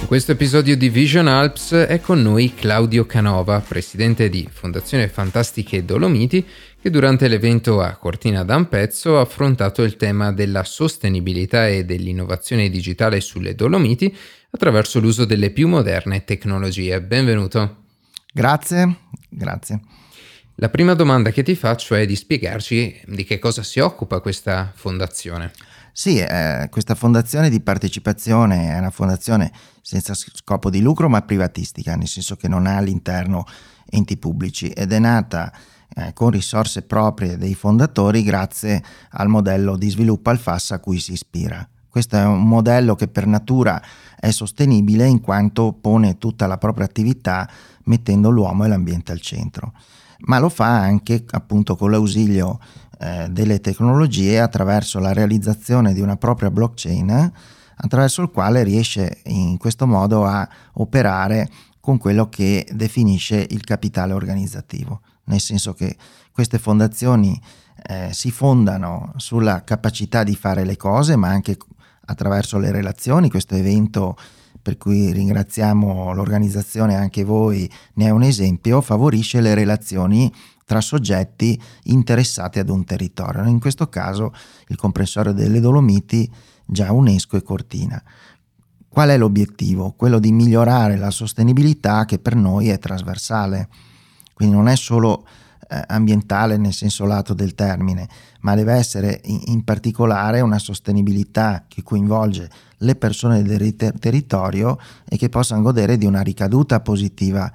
In questo episodio di Vision Alps è con noi Claudio Canova, presidente di Fondazione Fantastiche Dolomiti, che durante l'evento a Cortina d'Ampezzo ha affrontato il tema della sostenibilità e dell'innovazione digitale sulle Dolomiti attraverso l'uso delle più moderne tecnologie. Benvenuto. Grazie. La prima domanda che ti faccio è di spiegarci di che cosa si occupa questa fondazione. Sì, questa fondazione di partecipazione è una fondazione senza scopo di lucro ma privatistica, nel senso che non ha all'interno enti pubblici ed è nata con risorse proprie dei fondatori grazie al modello di sviluppo al FAS a cui si ispira. Questo è un modello che per natura è sostenibile in quanto pone tutta la propria attività mettendo l'uomo e l'ambiente al centro, ma lo fa anche appunto con l'ausilio delle tecnologie attraverso la realizzazione di una propria blockchain attraverso il quale riesce in questo modo a operare con quello che definisce il capitale organizzativo, nel senso che queste fondazioni si fondano sulla capacità di fare le cose ma anche attraverso le relazioni. Questo evento, per cui ringraziamo l'organizzazione e anche voi, ne è un esempio, favorisce le relazioni tra soggetti interessati ad un territorio, in questo caso il comprensorio delle Dolomiti, già UNESCO e Cortina. Qual è l'obiettivo? Quello di migliorare la sostenibilità, che per noi è trasversale, quindi non è solo ambientale nel senso lato del termine, ma deve essere in particolare una sostenibilità che coinvolge le persone del territorio e che possano godere di una ricaduta positiva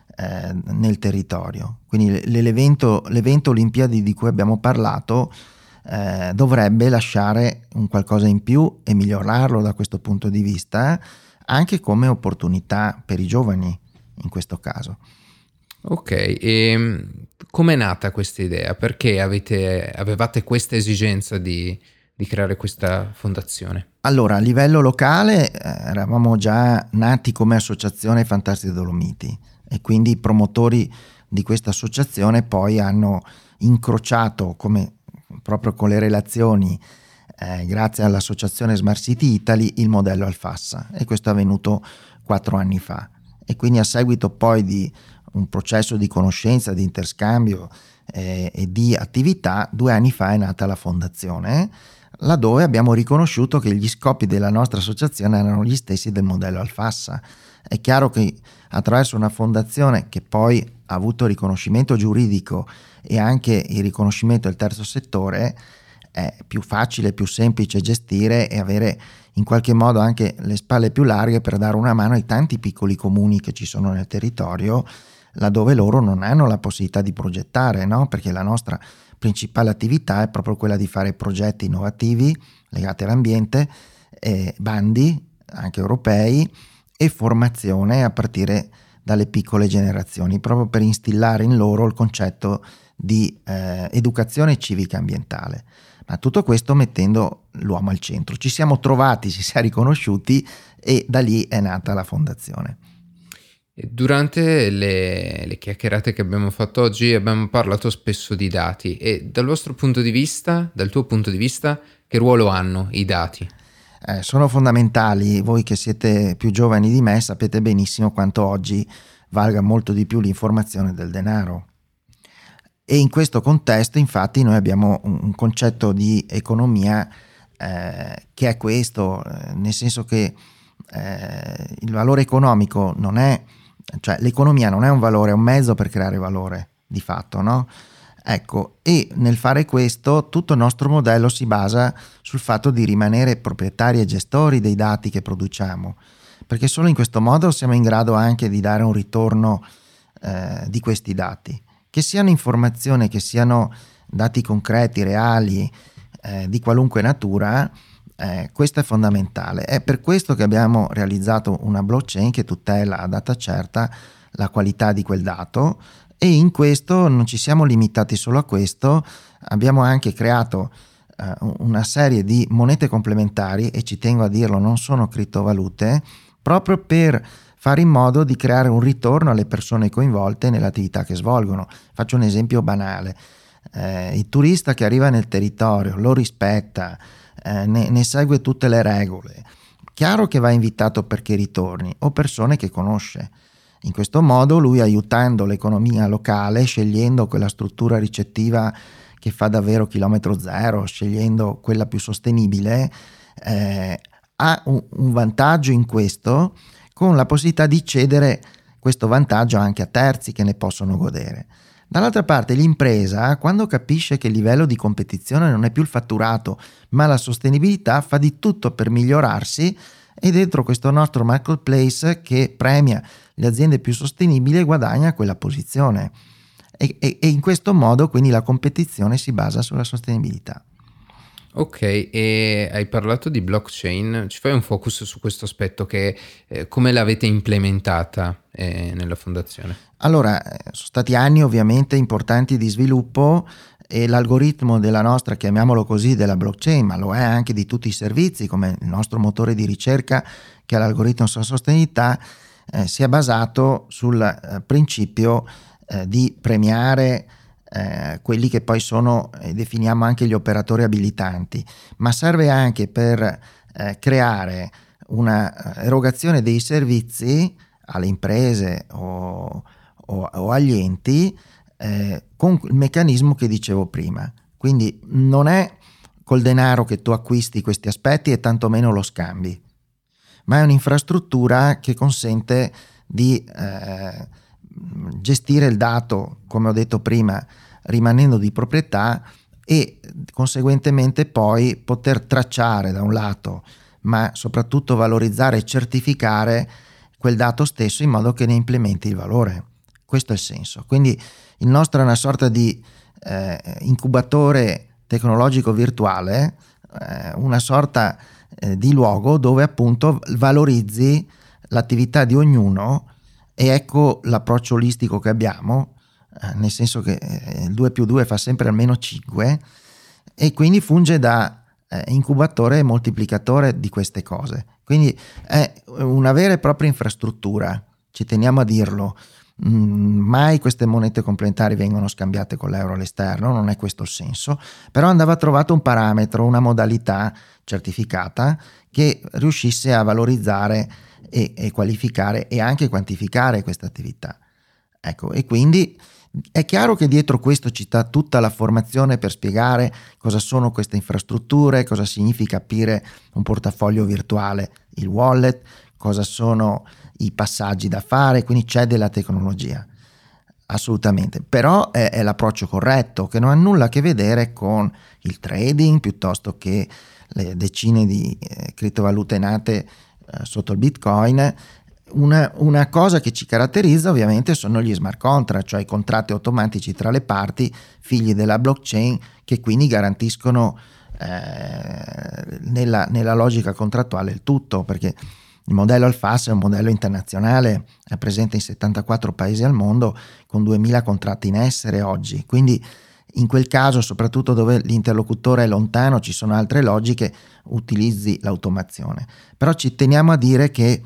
nel territorio. Quindi l'evento Olimpiadi di cui abbiamo parlato dovrebbe lasciare un qualcosa in più e migliorarlo da questo punto di vista, anche come opportunità per i giovani in questo caso. Ok, e com'è nata questa idea? Perché avevate questa esigenza di creare questa fondazione? Allora, a livello locale eravamo già nati come associazione Fantastiche Dolomiti e quindi i promotori di questa associazione poi hanno incrociato, come proprio con le relazioni, grazie all'associazione Smart City Italy, il modello Alfassa, e questo è avvenuto 4 anni fa. E quindi a seguito poi di un processo di conoscenza, di interscambio e di attività, 2 anni fa è nata la fondazione, laddove abbiamo riconosciuto che gli scopi della nostra associazione erano gli stessi del modello Alfassa. È chiaro che attraverso una fondazione che poi ha avuto riconoscimento giuridico e anche il riconoscimento del terzo settore è più facile, più semplice gestire e avere in qualche modo anche le spalle più larghe per dare una mano ai tanti piccoli comuni che ci sono nel territorio, laddove loro non hanno la possibilità di progettare, no? Perché la nostra principale attività è proprio quella di fare progetti innovativi legati all'ambiente, bandi anche europei e formazione a partire dalle piccole generazioni, proprio per instillare in loro il concetto di educazione civica ambientale. Ma tutto questo mettendo l'uomo al centro. Ci siamo trovati, ci siamo riconosciuti e da lì è nata la fondazione. Durante le chiacchierate che abbiamo fatto oggi abbiamo parlato spesso di dati e dal tuo punto di vista, che ruolo hanno i dati? Sono fondamentali. Voi che siete più giovani di me sapete benissimo quanto oggi valga molto di più l'informazione del denaro. E in questo contesto infatti noi abbiamo un concetto di economia che è questo, nel senso che il valore economico non è, cioè l'economia non è un valore, è un mezzo per creare valore di fatto, no? Ecco, e nel fare questo tutto il nostro modello si basa sul fatto di rimanere proprietari e gestori dei dati che produciamo, perché solo in questo modo siamo in grado anche di dare un ritorno di questi dati, che siano informazioni, che siano dati concreti, reali, di qualunque natura. Questo è fondamentale. È per questo che abbiamo realizzato una blockchain che tutela a data certa la qualità di quel dato, e in questo non ci siamo limitati solo a questo, abbiamo anche creato una serie di monete complementari, e ci tengo a dirlo, non sono criptovalute, proprio per fare in modo di creare un ritorno alle persone coinvolte nell'attività che svolgono. Faccio un esempio banale: il turista che arriva nel territorio lo rispetta, ne segue tutte le regole, chiaro che va invitato perché ritorni, o persone che conosce. In questo modo lui, aiutando l'economia locale, scegliendo quella struttura ricettiva che fa davvero chilometro zero, scegliendo quella più sostenibile, ha un vantaggio in questo, con la possibilità di cedere questo vantaggio anche a terzi che ne possono godere. Dall'altra parte l'impresa, quando capisce che il livello di competizione non è più il fatturato ma la sostenibilità, fa di tutto per migliorarsi, e dentro questo nostro marketplace che premia le aziende più sostenibili guadagna quella posizione, e in questo modo quindi la competizione si basa sulla sostenibilità. Ok, e hai parlato di blockchain, ci fai un focus su questo aspetto, che come l'avete implementata nella fondazione? Allora, sono stati anni ovviamente importanti di sviluppo, e l'algoritmo della nostra, chiamiamolo così, della blockchain, ma lo è anche di tutti i servizi come il nostro motore di ricerca che ha l'algoritmo sulla sostenibilità, si è basato sul principio di premiare quelli che poi sono, definiamo anche gli operatori abilitanti, ma serve anche per creare una erogazione dei servizi alle imprese o agli enti con il meccanismo che dicevo prima. Quindi non è col denaro che tu acquisti questi aspetti e tantomeno lo scambi, ma è un'infrastruttura che consente di gestire il dato, come ho detto prima, rimanendo di proprietà, e conseguentemente poi poter tracciare da un lato, ma soprattutto valorizzare e certificare quel dato stesso in modo che ne implementi il valore. Questo è il senso. Quindi il nostro è una sorta di incubatore tecnologico virtuale, una sorta di luogo dove appunto valorizzi l'attività di ognuno, e ecco l'approccio olistico che abbiamo, nel senso che il 2+2 fa sempre almeno 5, e quindi funge da incubatore e moltiplicatore di queste cose. Quindi è una vera e propria infrastruttura, ci teniamo a dirlo. Mai queste monete complementari vengono scambiate con l'euro all'esterno, non è questo il senso, però andava trovato un parametro, una modalità certificata che riuscisse a valorizzare e qualificare e anche quantificare questa attività. Ecco, e quindi è chiaro che dietro questo ci sta tutta la formazione per spiegare cosa sono queste infrastrutture, cosa significa aprire un portafoglio virtuale, il wallet, cosa sono i passaggi da fare, quindi c'è della tecnologia, assolutamente, però è l'approccio corretto, che non ha nulla a che vedere con il trading piuttosto che le decine di criptovalute nate sotto il Bitcoin. Una cosa che ci caratterizza ovviamente sono gli smart contract, cioè i contratti automatici tra le parti, figli della blockchain, che quindi garantiscono nella logica contrattuale il tutto, perché il modello Alfas è un modello internazionale, è presente in 74 paesi al mondo con 2000 contratti in essere oggi, quindi in quel caso, soprattutto dove l'interlocutore è lontano, ci sono altre logiche, utilizzi l'automazione. Però ci teniamo a dire che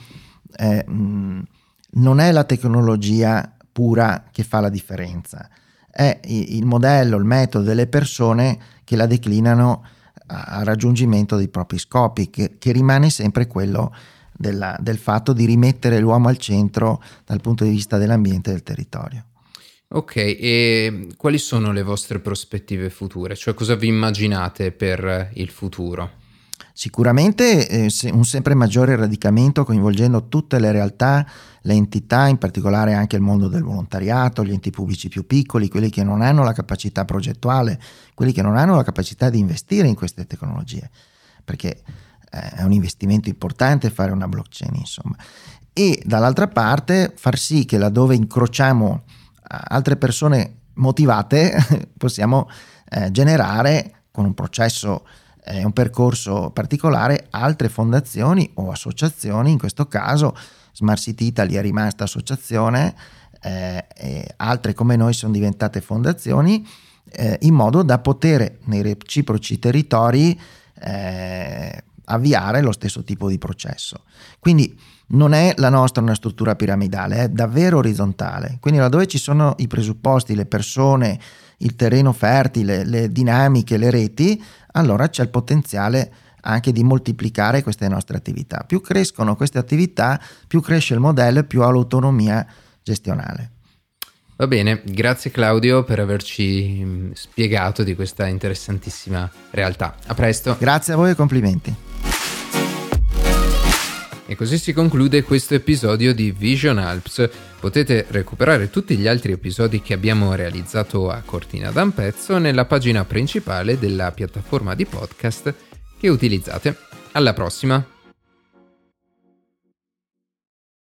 non è la tecnologia pura che fa la differenza, è il modello, il metodo delle persone che la declinano a raggiungimento dei propri scopi, che rimane sempre quello del fatto di rimettere l'uomo al centro dal punto di vista dell'ambiente e del territorio. Ok, e quali sono le vostre prospettive future? Cioè, cosa vi immaginate per il futuro? Sicuramente un sempre maggiore radicamento coinvolgendo tutte le realtà, le entità, in particolare anche il mondo del volontariato, gli enti pubblici più piccoli, quelli che non hanno la capacità progettuale, quelli che non hanno la capacità di investire in queste tecnologie, perché è un investimento importante fare una blockchain, insomma. E dall'altra parte far sì che laddove incrociamo altre persone motivate possiamo generare con un processo, un percorso particolare, altre fondazioni o associazioni. In questo caso Smart City Italy è rimasta associazione, altre come noi sono diventate fondazioni, in modo da poter nei reciproci territori avviare lo stesso tipo di processo. Quindi non è la nostra una struttura piramidale, è davvero orizzontale. Quindi laddove ci sono i presupposti, le persone, il terreno fertile, le dinamiche, le reti, allora c'è il potenziale anche di moltiplicare queste nostre attività. Più crescono queste attività, più cresce il modello, più ha l'autonomia gestionale. Va bene, grazie Claudio per averci spiegato di questa interessantissima realtà. A presto. Grazie a voi e complimenti. E così si conclude questo episodio di Vision Alps. Potete recuperare tutti gli altri episodi che abbiamo realizzato a Cortina d'Ampezzo nella pagina principale della piattaforma di podcast che utilizzate. Alla prossima!